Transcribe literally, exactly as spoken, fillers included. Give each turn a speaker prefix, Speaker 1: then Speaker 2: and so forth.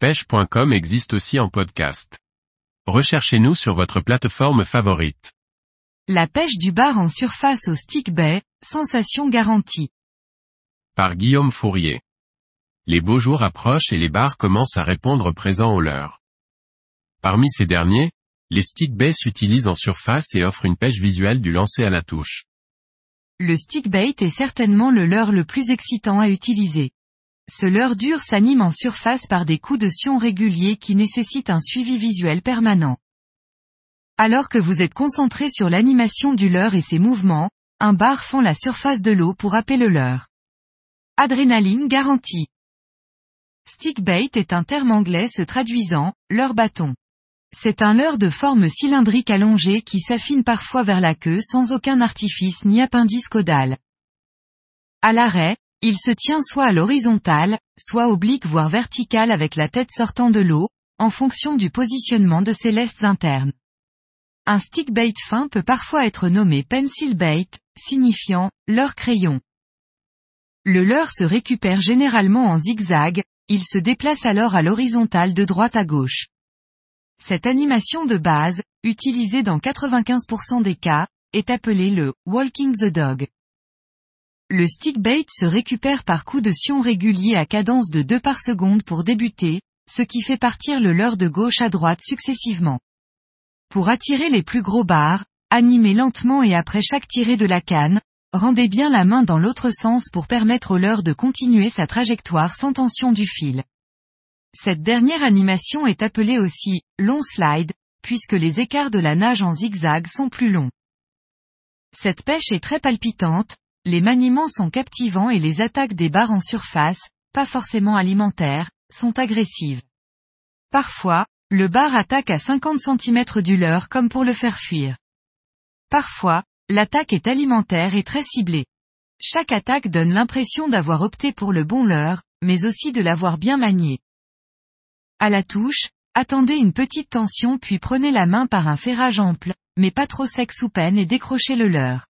Speaker 1: pêche point com existe aussi en podcast. Recherchez-nous sur votre plateforme favorite.
Speaker 2: La pêche du bar en surface au stick bait, sensation garantie.
Speaker 1: Par Guillaume Fourier. Les beaux jours approchent et les bars commencent à répondre présent au leurre. Parmi ces derniers, les stick baits s'utilisent en surface et offrent une pêche visuelle du lancer à la touche.
Speaker 2: Le stick bait est certainement le leurre le plus excitant à utiliser. Ce leurre dur s'anime en surface par des coups de sion réguliers qui nécessitent un suivi visuel permanent. Alors que vous êtes concentré sur l'animation du leurre et ses mouvements, un bar fend la surface de l'eau pour happer le leurre. Adrénaline garantie. Stick bait est un terme anglais se traduisant « leurre bâton ». C'est un leurre de forme cylindrique allongée qui s'affine parfois vers la queue sans aucun artifice ni appendice caudal. À l'arrêt, il se tient soit à l'horizontale, soit oblique voire verticale avec la tête sortant de l'eau, en fonction du positionnement de ses lestes internes. Un stick bait fin peut parfois être nommé pencil bait, signifiant « leurre crayon ». Le leurre se récupère généralement en zigzag, il se déplace alors à l'horizontale de droite à gauche. Cette animation de base, utilisée dans quatre-vingt-quinze pour cent des cas, est appelée le « walking the dog ». Le stick bait se récupère par coups de sion réguliers à cadence de deux par seconde pour débuter, ce qui fait partir le leurre de gauche à droite successivement. Pour attirer les plus gros bars, animez lentement et après chaque tirée de la canne, rendez bien la main dans l'autre sens pour permettre au leurre de continuer sa trajectoire sans tension du fil. Cette dernière animation est appelée aussi « long slide », puisque les écarts de la nage en zigzag sont plus longs. Cette pêche est très palpitante, les maniements sont captivants et les attaques des bars en surface, pas forcément alimentaires, sont agressives. Parfois, le bar attaque à cinquante centimètres du leurre comme pour le faire fuir. Parfois, l'attaque est alimentaire et très ciblée. Chaque attaque donne l'impression d'avoir opté pour le bon leurre, mais aussi de l'avoir bien manié. À la touche, attendez une petite tension puis prenez la main par un ferrage ample, mais pas trop sec sous peine et décrochez le leurre.